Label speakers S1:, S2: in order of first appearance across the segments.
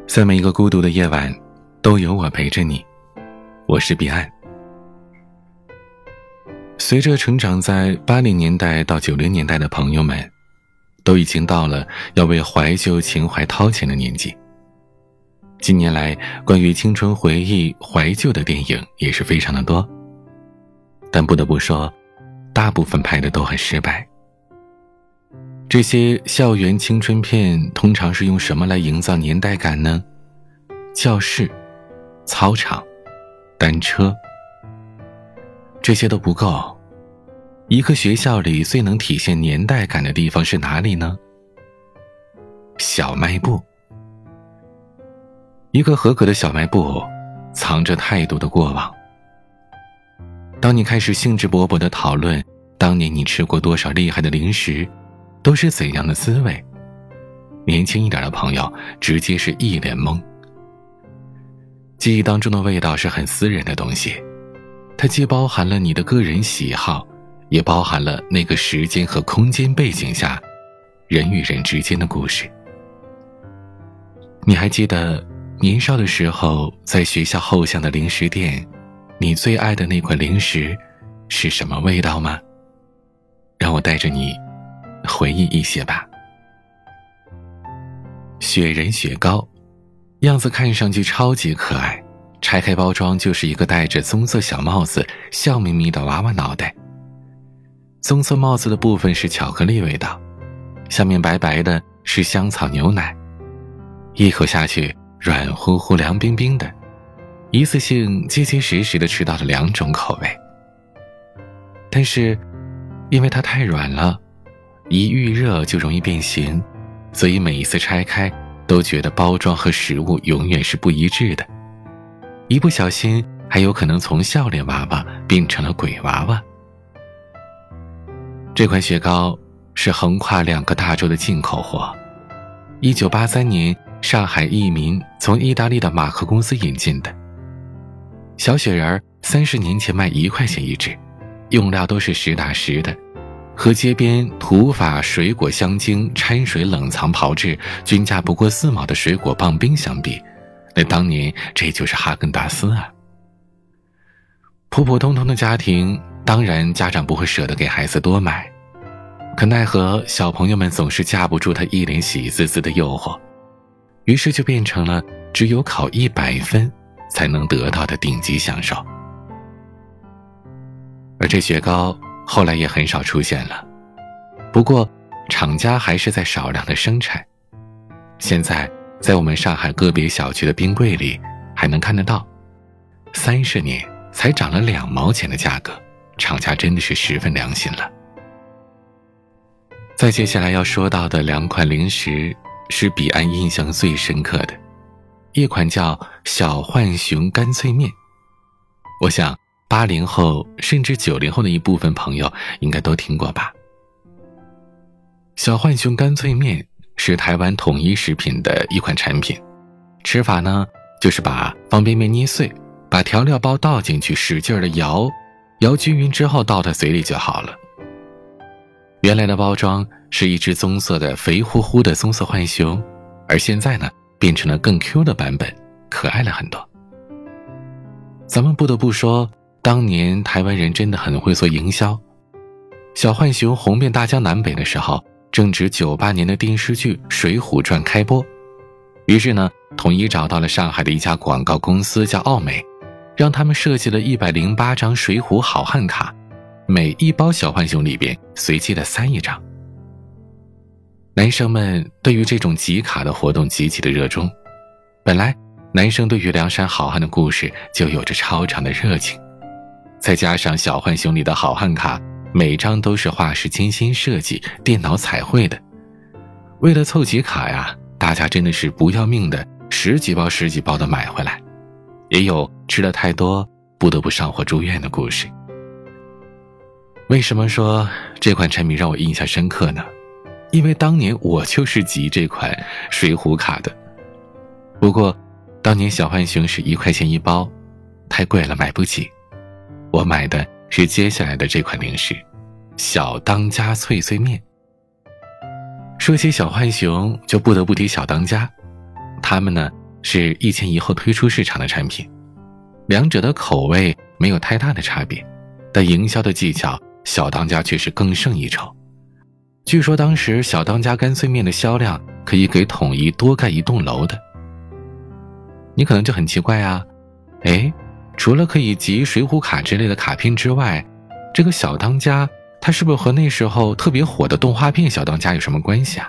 S1: 在每一个孤独的夜晚，都有我陪着你。我是彼岸。随着成长在80年代到90年代的朋友们，都已经到了要为怀旧情怀掏钱的年纪。近年来，关于青春回忆、怀旧的电影也是非常的多，但不得不说，大部分拍的都很失败。这些校园青春片通常是用什么来营造年代感呢？教室、操场、单车，这些都不够。一个学校里最能体现年代感的地方是哪里呢？小卖部。一个合格的小卖部藏着太多的过往。当你开始兴致勃勃地讨论当年你吃过多少厉害的零食，都是怎样的滋味，年轻一点的朋友直接是一脸懵。记忆当中的味道是很私人的东西，它既包含了你的个人喜好，也包含了那个时间和空间背景下人与人之间的故事。你还记得年少的时候在学校后巷的零食店，你最爱的那款零食是什么味道吗？让我带着你回忆一些吧。雪人雪糕，样子看上去超级可爱，拆开包装就是一个戴着棕色小帽子笑眯眯的娃娃脑袋。棕色帽子的部分是巧克力味道，下面白白的是香草牛奶，一口下去软乎乎凉冰冰的，一次性结结实实的吃到了2种口味。但是因为它太软了，一遇热就容易变形，所以每一次拆开都觉得包装和食物永远是不一致的，一不小心还有可能从笑脸娃娃变成了鬼娃娃。这款雪糕是横跨2个大洲的进口货，1983年上海益民从意大利的马克公司引进的。小雪人30年前卖1块钱一只，用料都是实打实的，和街边土法水果香精掺水冷藏炮制均价不过4毛的水果棒冰相比，那当年这就是哈根达斯啊。普普通通的家庭，当然家长不会舍得给孩子多买，可奈何小朋友们总是架不住他一脸喜滋滋的诱惑，于是就变成了只有考100分才能得到的顶级享受。而这雪糕后来也很少出现了，不过厂家还是在少量的生产。现在在我们上海个别小区的冰柜里还能看得到，30年才涨了2毛钱的价格，厂家真的是十分良心了。再接下来要说到的2款零食是彼岸印象最深刻的，一款叫小浣熊干脆面。我想80后甚至90后的一部分朋友应该都听过吧。小浣熊干脆面是台湾统一食品的一款产品，吃法呢就是把方便面捏碎，把调料包倒进去，使劲的摇均匀之后倒在嘴里就好了。原来的包装是一只棕色的肥乎乎的棕色浣熊，而现在呢变成了更 Q 的版本，可爱了很多。咱们不得不说，当年台湾人真的很会做营销。小浣熊红遍大江南北的时候，正值98年的电视剧《水浒传》开播，于是呢统一找到了上海的一家广告公司叫奥美，让他们设计了108张水浒好汉卡，每一包小浣熊里边随机的塞1张。男生们对于这种集卡的活动极其的热衷，本来男生对于梁山好汉的故事就有着超长的热情，再加上小浣熊里的好汉卡每张都是画师精心设计、电脑彩绘的，为了凑集卡呀，大家真的是不要命的10几包的买回来，也有吃了太多不得不上火住院的故事。为什么说这款产品让我印象深刻呢？因为当年我就是集这款水浒卡的。不过当年小浣熊是1块钱一包，太贵了买不起，我买的是接下来的这款零食小当家脆脆面。说起小浣熊就不得不提小当家，他们呢是1前1后推出市场的产品，两者的口味没有太大的差别，但营销的技巧小当家却是更胜一筹。据说当时小当家干脆面的销量可以给统一多盖一栋楼的。你可能就很奇怪啊，除了可以集水浒卡之类的卡片之外，这个小当家它是不是和那时候特别火的动画片小当家有什么关系啊？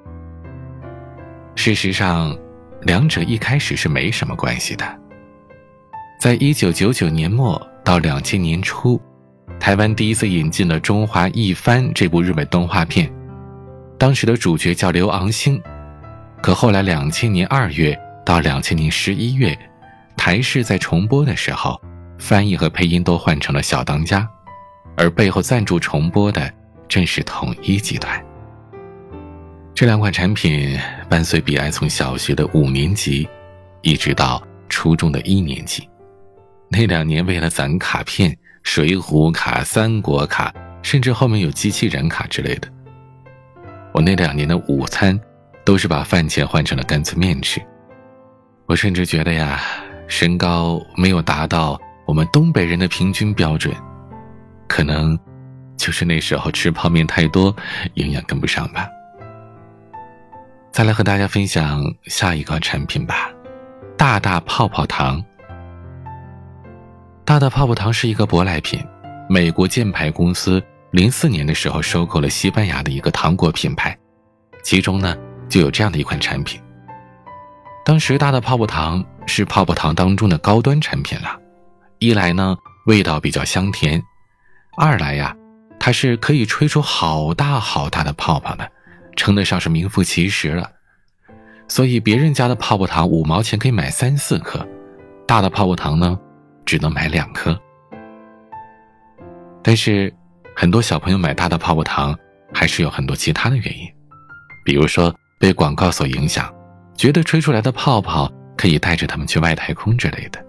S1: 事实上，两者一开始是没什么关系的。在1999年末到2000年初，台湾第一次引进了《中华一番》这部日本动画片，当时的主角叫刘昂星。可后来2000年2月到2000年11月，台视在重播的时候，翻译和配音都换成了小当家，而背后赞助重播的正是统一集团。这两款产品伴随彼岸从小学的5年级一直到初中的1年级。那2年为了攒卡片，水浒卡、三国卡，甚至后面有机器人卡之类的，我那2年的午餐都是把饭钱换成了干脆面吃。我甚至觉得呀，身高没有达到我们东北人的平均标准，可能就是那时候吃泡面太多，营养跟不上吧。再来和大家分享下一个产品吧，大大泡泡糖。大大泡泡糖是一个舶来品，美国箭牌公司04年的时候收购了西班牙的一个糖果品牌，其中呢就有这样的一款产品。当时大大泡泡糖是泡泡糖当中的高端产品了，一来呢味道比较香甜，二来呀它是可以吹出好大好大的泡泡的，称得上是名副其实了。所以别人家的泡泡糖5毛钱可以买3、4颗，大的泡泡糖呢只能买2颗。但是很多小朋友买大的泡泡糖还是有很多其他的原因，比如说被广告所影响，觉得吹出来的泡泡可以带着他们去外太空之类的。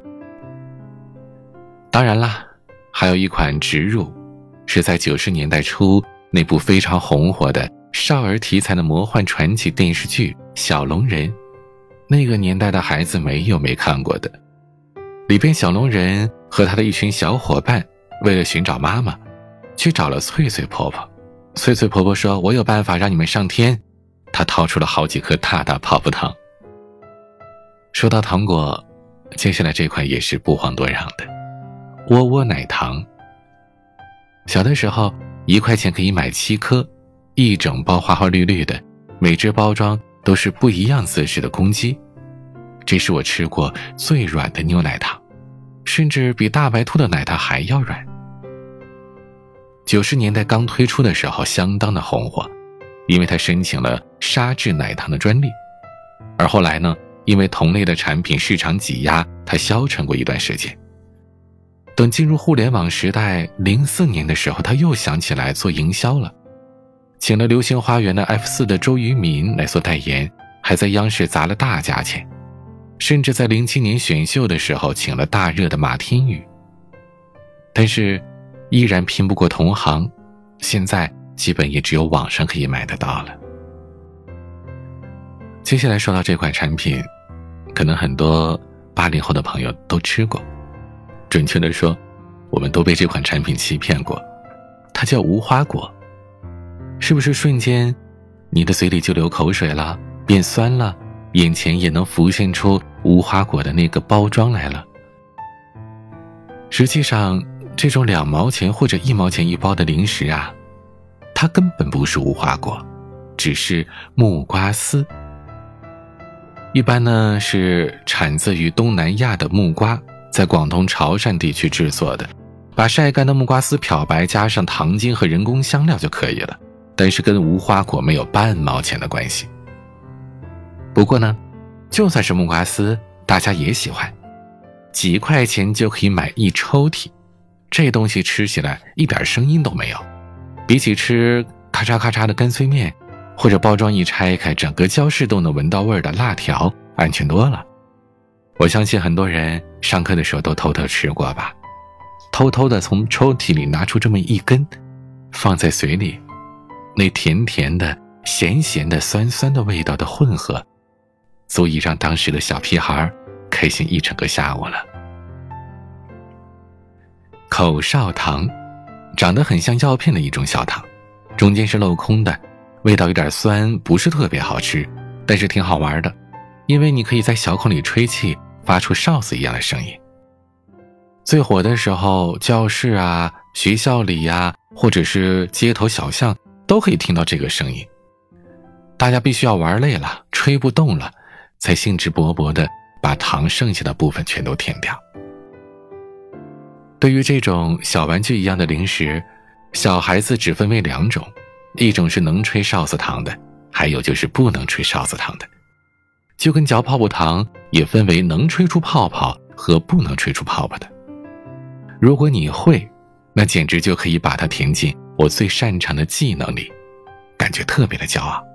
S1: 当然啦，还有一款植入是在90年代初那部非常红火的少儿题材的魔幻传奇电视剧《小龙人》，那个年代的孩子没看过的。里边小龙人和他的一群小伙伴为了寻找妈妈，去找了翠翠婆婆。翠翠婆婆说，我有办法让你们上天。她掏出了好几颗大大泡泡糖。说到糖果，接下来这款也是不遑多让的窝窝奶糖。小的时候1块钱可以买7颗，一整包花花绿绿的，每只包装都是不一样姿势的公鸡。这是我吃过最软的牛奶糖，甚至比大白兔的奶糖还要软。90年代刚推出的时候相当的红火，因为它申请了沙质奶糖的专利。而后来呢，因为同类的产品市场挤压，它消沉过一段时间。等进入互联网时代，04年的时候他又想起来做营销了，请了流星花园的 F4 的周渝民来做代言，还在央视砸了大价钱，甚至在07年选秀的时候请了大热的马天宇。但是依然拼不过同行，现在基本也只有网上可以买得到了。接下来说到这款产品，可能很多80后的朋友都吃过，准确的说，我们都被这款产品欺骗过。它叫无花果。是不是瞬间你的嘴里就流口水了，变酸了，眼前也能浮现出无花果的那个包装来了？实际上这种2毛钱或者1毛钱一包的零食啊，它根本不是无花果，只是木瓜丝。一般呢是产自于东南亚的木瓜，在广东潮汕地区制作的，把晒干的木瓜丝漂白，加上糖精和人工香料就可以了，但是跟无花果没有半毛钱的关系。不过呢，就算是木瓜丝，大家也喜欢，几块钱就可以买一抽屉，这东西吃起来一点声音都没有，比起吃咔嚓咔嚓的干脆面，或者包装一拆开整个教室都能闻到味儿的辣条，安全多了。我相信很多人上课的时候都偷偷吃过吧，偷偷的从抽屉里拿出这么一根，放在嘴里，那甜甜的咸咸的酸酸的味道的混合， 足以让当时的小屁孩开心一整个下午了。口哨糖长得很像药片的一种小糖，中间是镂空的，味道有点酸，不是特别好吃，但是挺好玩的，因为你可以在小孔里吹气，发出哨子一样的声音。最火的时候，教室啊、学校里啊，或者是街头小巷都可以听到这个声音。大家必须要玩累了，吹不动了，才兴致勃勃地把糖剩下的部分全都舔掉。对于这种小玩具一样的零食，小孩子只分为2种，一种是能吹哨子糖的，还有就是不能吹哨子糖的。就跟嚼泡泡糖也分为能吹出泡泡和不能吹出泡泡的。如果你会，那简直就可以把它填进我最擅长的技能里，感觉特别的骄傲。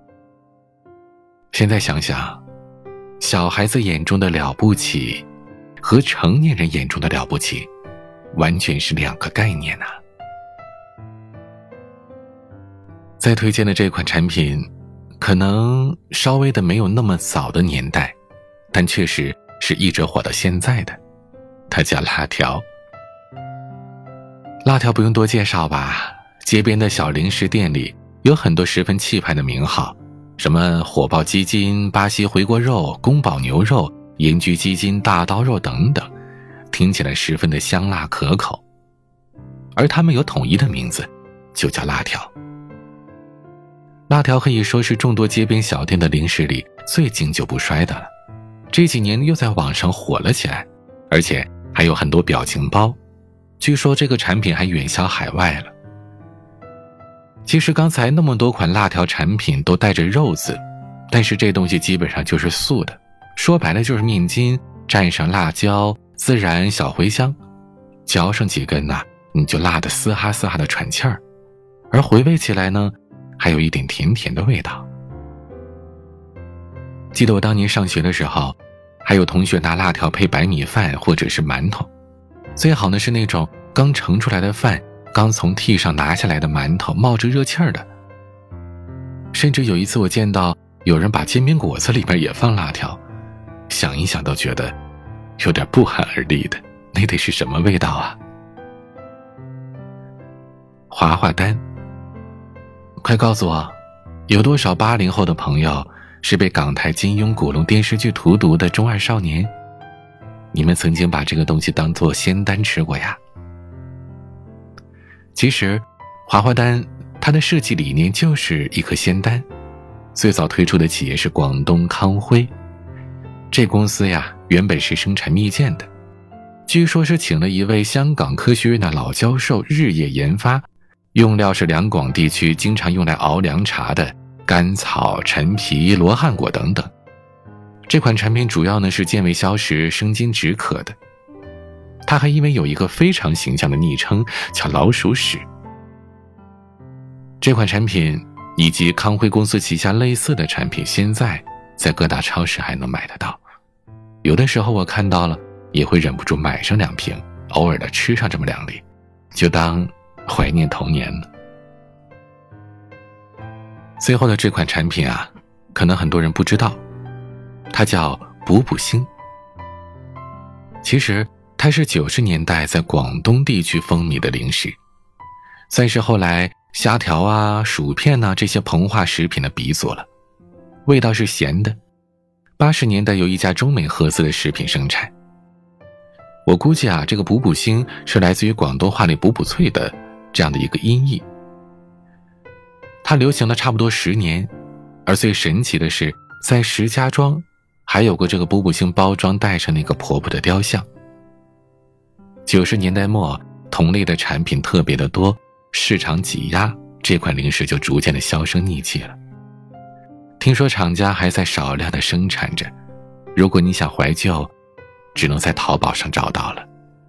S1: 现在想想，小孩子眼中的了不起和成年人眼中的了不起完全是2个概念啊。再推荐的这款产品可能稍微的没有那么早的年代，但确实是一直火到现在的，它叫辣条。辣条不用多介绍吧，街边的小零食店里有很多十分气派的名号，什么火爆鸡筋、巴西回锅肉、宫保牛肉、盐焗鸡筋、大刀肉等等，听起来十分的香辣可口。而它们有统一的名字，就叫辣条。辣条可以说是众多街边小店的零食里最经久不衰的了，这几年又在网上火了起来，而且还有很多表情包，据说这个产品还远销海外了。其实刚才那么多款辣条产品都带着肉字，但是这东西基本上就是素的，说白了就是面筋蘸上辣椒，孜然、小茴香，嚼上几根啊，你就辣得嘶哈嘶哈的喘气儿，而回味起来呢，还有一点甜甜的味道。记得我当年上学的时候，还有同学拿辣条配白米饭或者是馒头，最好呢是那种刚盛出来的饭，刚从屉上拿下来的馒头，冒着热气儿的。甚至有一次我见到有人把煎饼果子里边也放辣条，想一想都觉得有点不寒而栗的，那得是什么味道啊？滑滑丹，快告诉我，有多少80后的朋友是被港台金庸、古龙电视剧荼毒的中二少年？你们曾经把这个东西当作仙丹吃过呀？其实滑滑丹它的设计理念就是一颗仙丹，最早推出的企业是广东康辉，这公司呀原本是生产蜜饯的，据说是请了一位香港科学院的老教授日夜研发，用料是两广地区经常用来熬凉茶的甘草、陈皮、罗汉果等等。这款产品主要呢是健胃消食、生津止渴的。它还因为有一个非常形象的昵称叫老鼠屎。这款产品以及康辉公司旗下类似的产品，现在在各大超市还能买得到。有的时候我看到了也会忍不住买上2瓶，偶尔的吃上这么2粒，就当怀念童年了。最后的这款产品啊，可能很多人不知道，它叫补补星。其实它是90年代在广东地区风靡的零食，算是后来虾条啊、薯片啊这些膨化食品的鼻祖了。味道是咸的。80年代有一家中美合资的食品生产。我估计啊，这个补补星是来自于广东话里补补脆的这样的一个音译。它流行了差不多10年，而最神奇的是，在石家庄还有过这个补补星包装带上那个婆婆的雕像。90年代末，同类的产品特别的多，市场挤压，这款零食就逐渐的销声匿迹了。听说厂家还在少量的生产着，如果你想怀旧，只能在淘宝上找到了。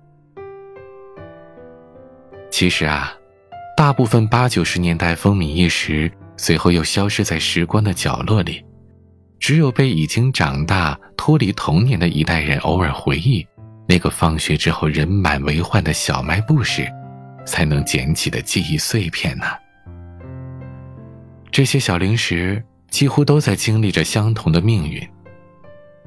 S1: 其实啊，大部分80、90年代风靡一时，随后又消失在时光的角落里，只有被已经长大、脱离童年的一代人偶尔回忆那个放学之后人满为患的小卖部时，才能捡起的记忆碎片呢。这些小零食几乎都在经历着相同的命运，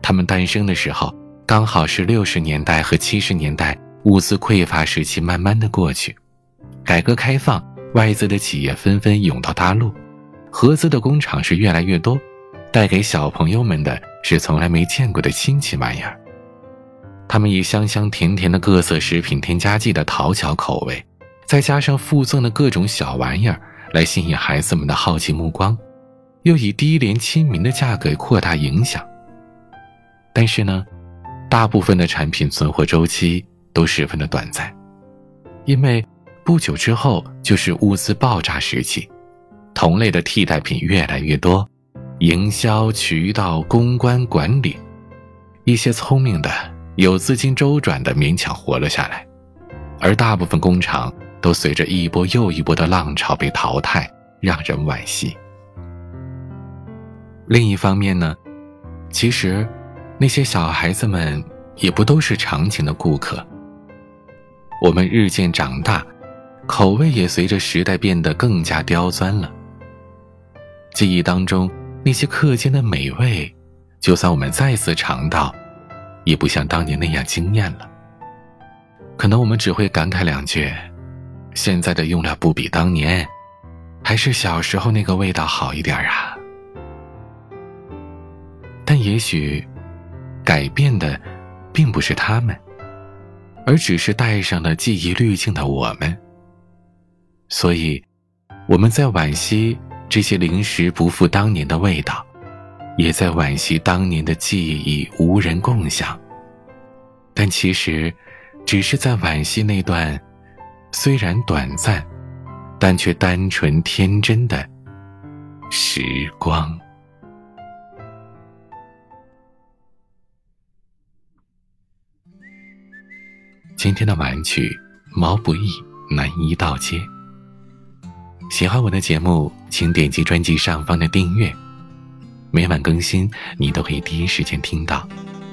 S1: 他们诞生的时候，刚好是60年代和70年代物资匮乏时期慢慢的过去。改革开放，外资的企业纷纷涌到大陆，合资的工厂是越来越多，带给小朋友们的是从来没见过的新奇玩意儿。他们以香香甜甜的各色食品添加剂的讨巧口味，再加上附赠的各种小玩意儿来吸引孩子们的好奇目光，又以低廉亲民的价格扩大影响。但是呢，大部分的产品存活周期都十分的短暂，因为不久之后就是物资爆炸时期，同类的替代品越来越多，营销、渠道、公关、管理，一些聪明的、有资金周转的勉强活了下来，而大部分工厂都随着一波又一波的浪潮被淘汰，让人惋惜。另一方面呢，其实那些小孩子们也不都是长情的顾客。我们日渐长大，口味也随着时代变得更加刁钻了。记忆当中那些课间的美味，就算我们再次尝到，也不像当年那样惊艳了。可能我们只会感慨两句，现在的用料不比当年，还是小时候那个味道好一点啊。但也许改变的并不是他们，而只是带上了记忆滤镜的我们。所以我们在惋惜这些零食不复当年的味道，也在惋惜当年的记忆无人共享，但其实只是在惋惜那段虽然短暂但却单纯天真的时光。今天的晚曲毛不易南一道街。喜欢我的节目，请点击专辑上方的订阅，每晚更新你都可以第一时间听到。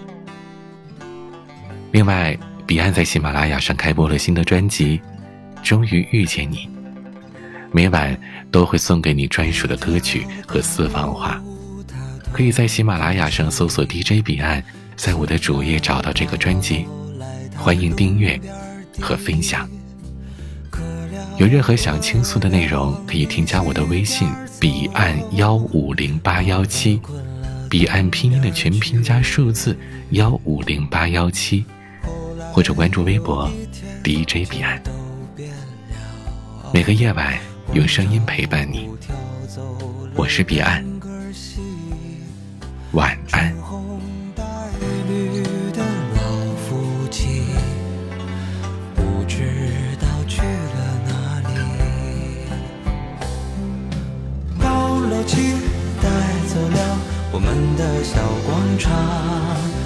S1: 另外，彼岸在喜马拉雅上开播了新的专辑终于遇见你，每晚都会送给你专属的歌曲和私房话。可以在喜马拉雅上搜索 DJ 彼岸，在我的主页找到这个专辑，欢迎订阅和分享。有任何想倾诉的内容，可以添加我的微信彼岸150817，彼岸拼音的全拼加数字150817，或者关注微博 DJ 彼岸。每个夜晚用声音陪伴你，我是彼岸，晚安。
S2: 带走了我们的小广场。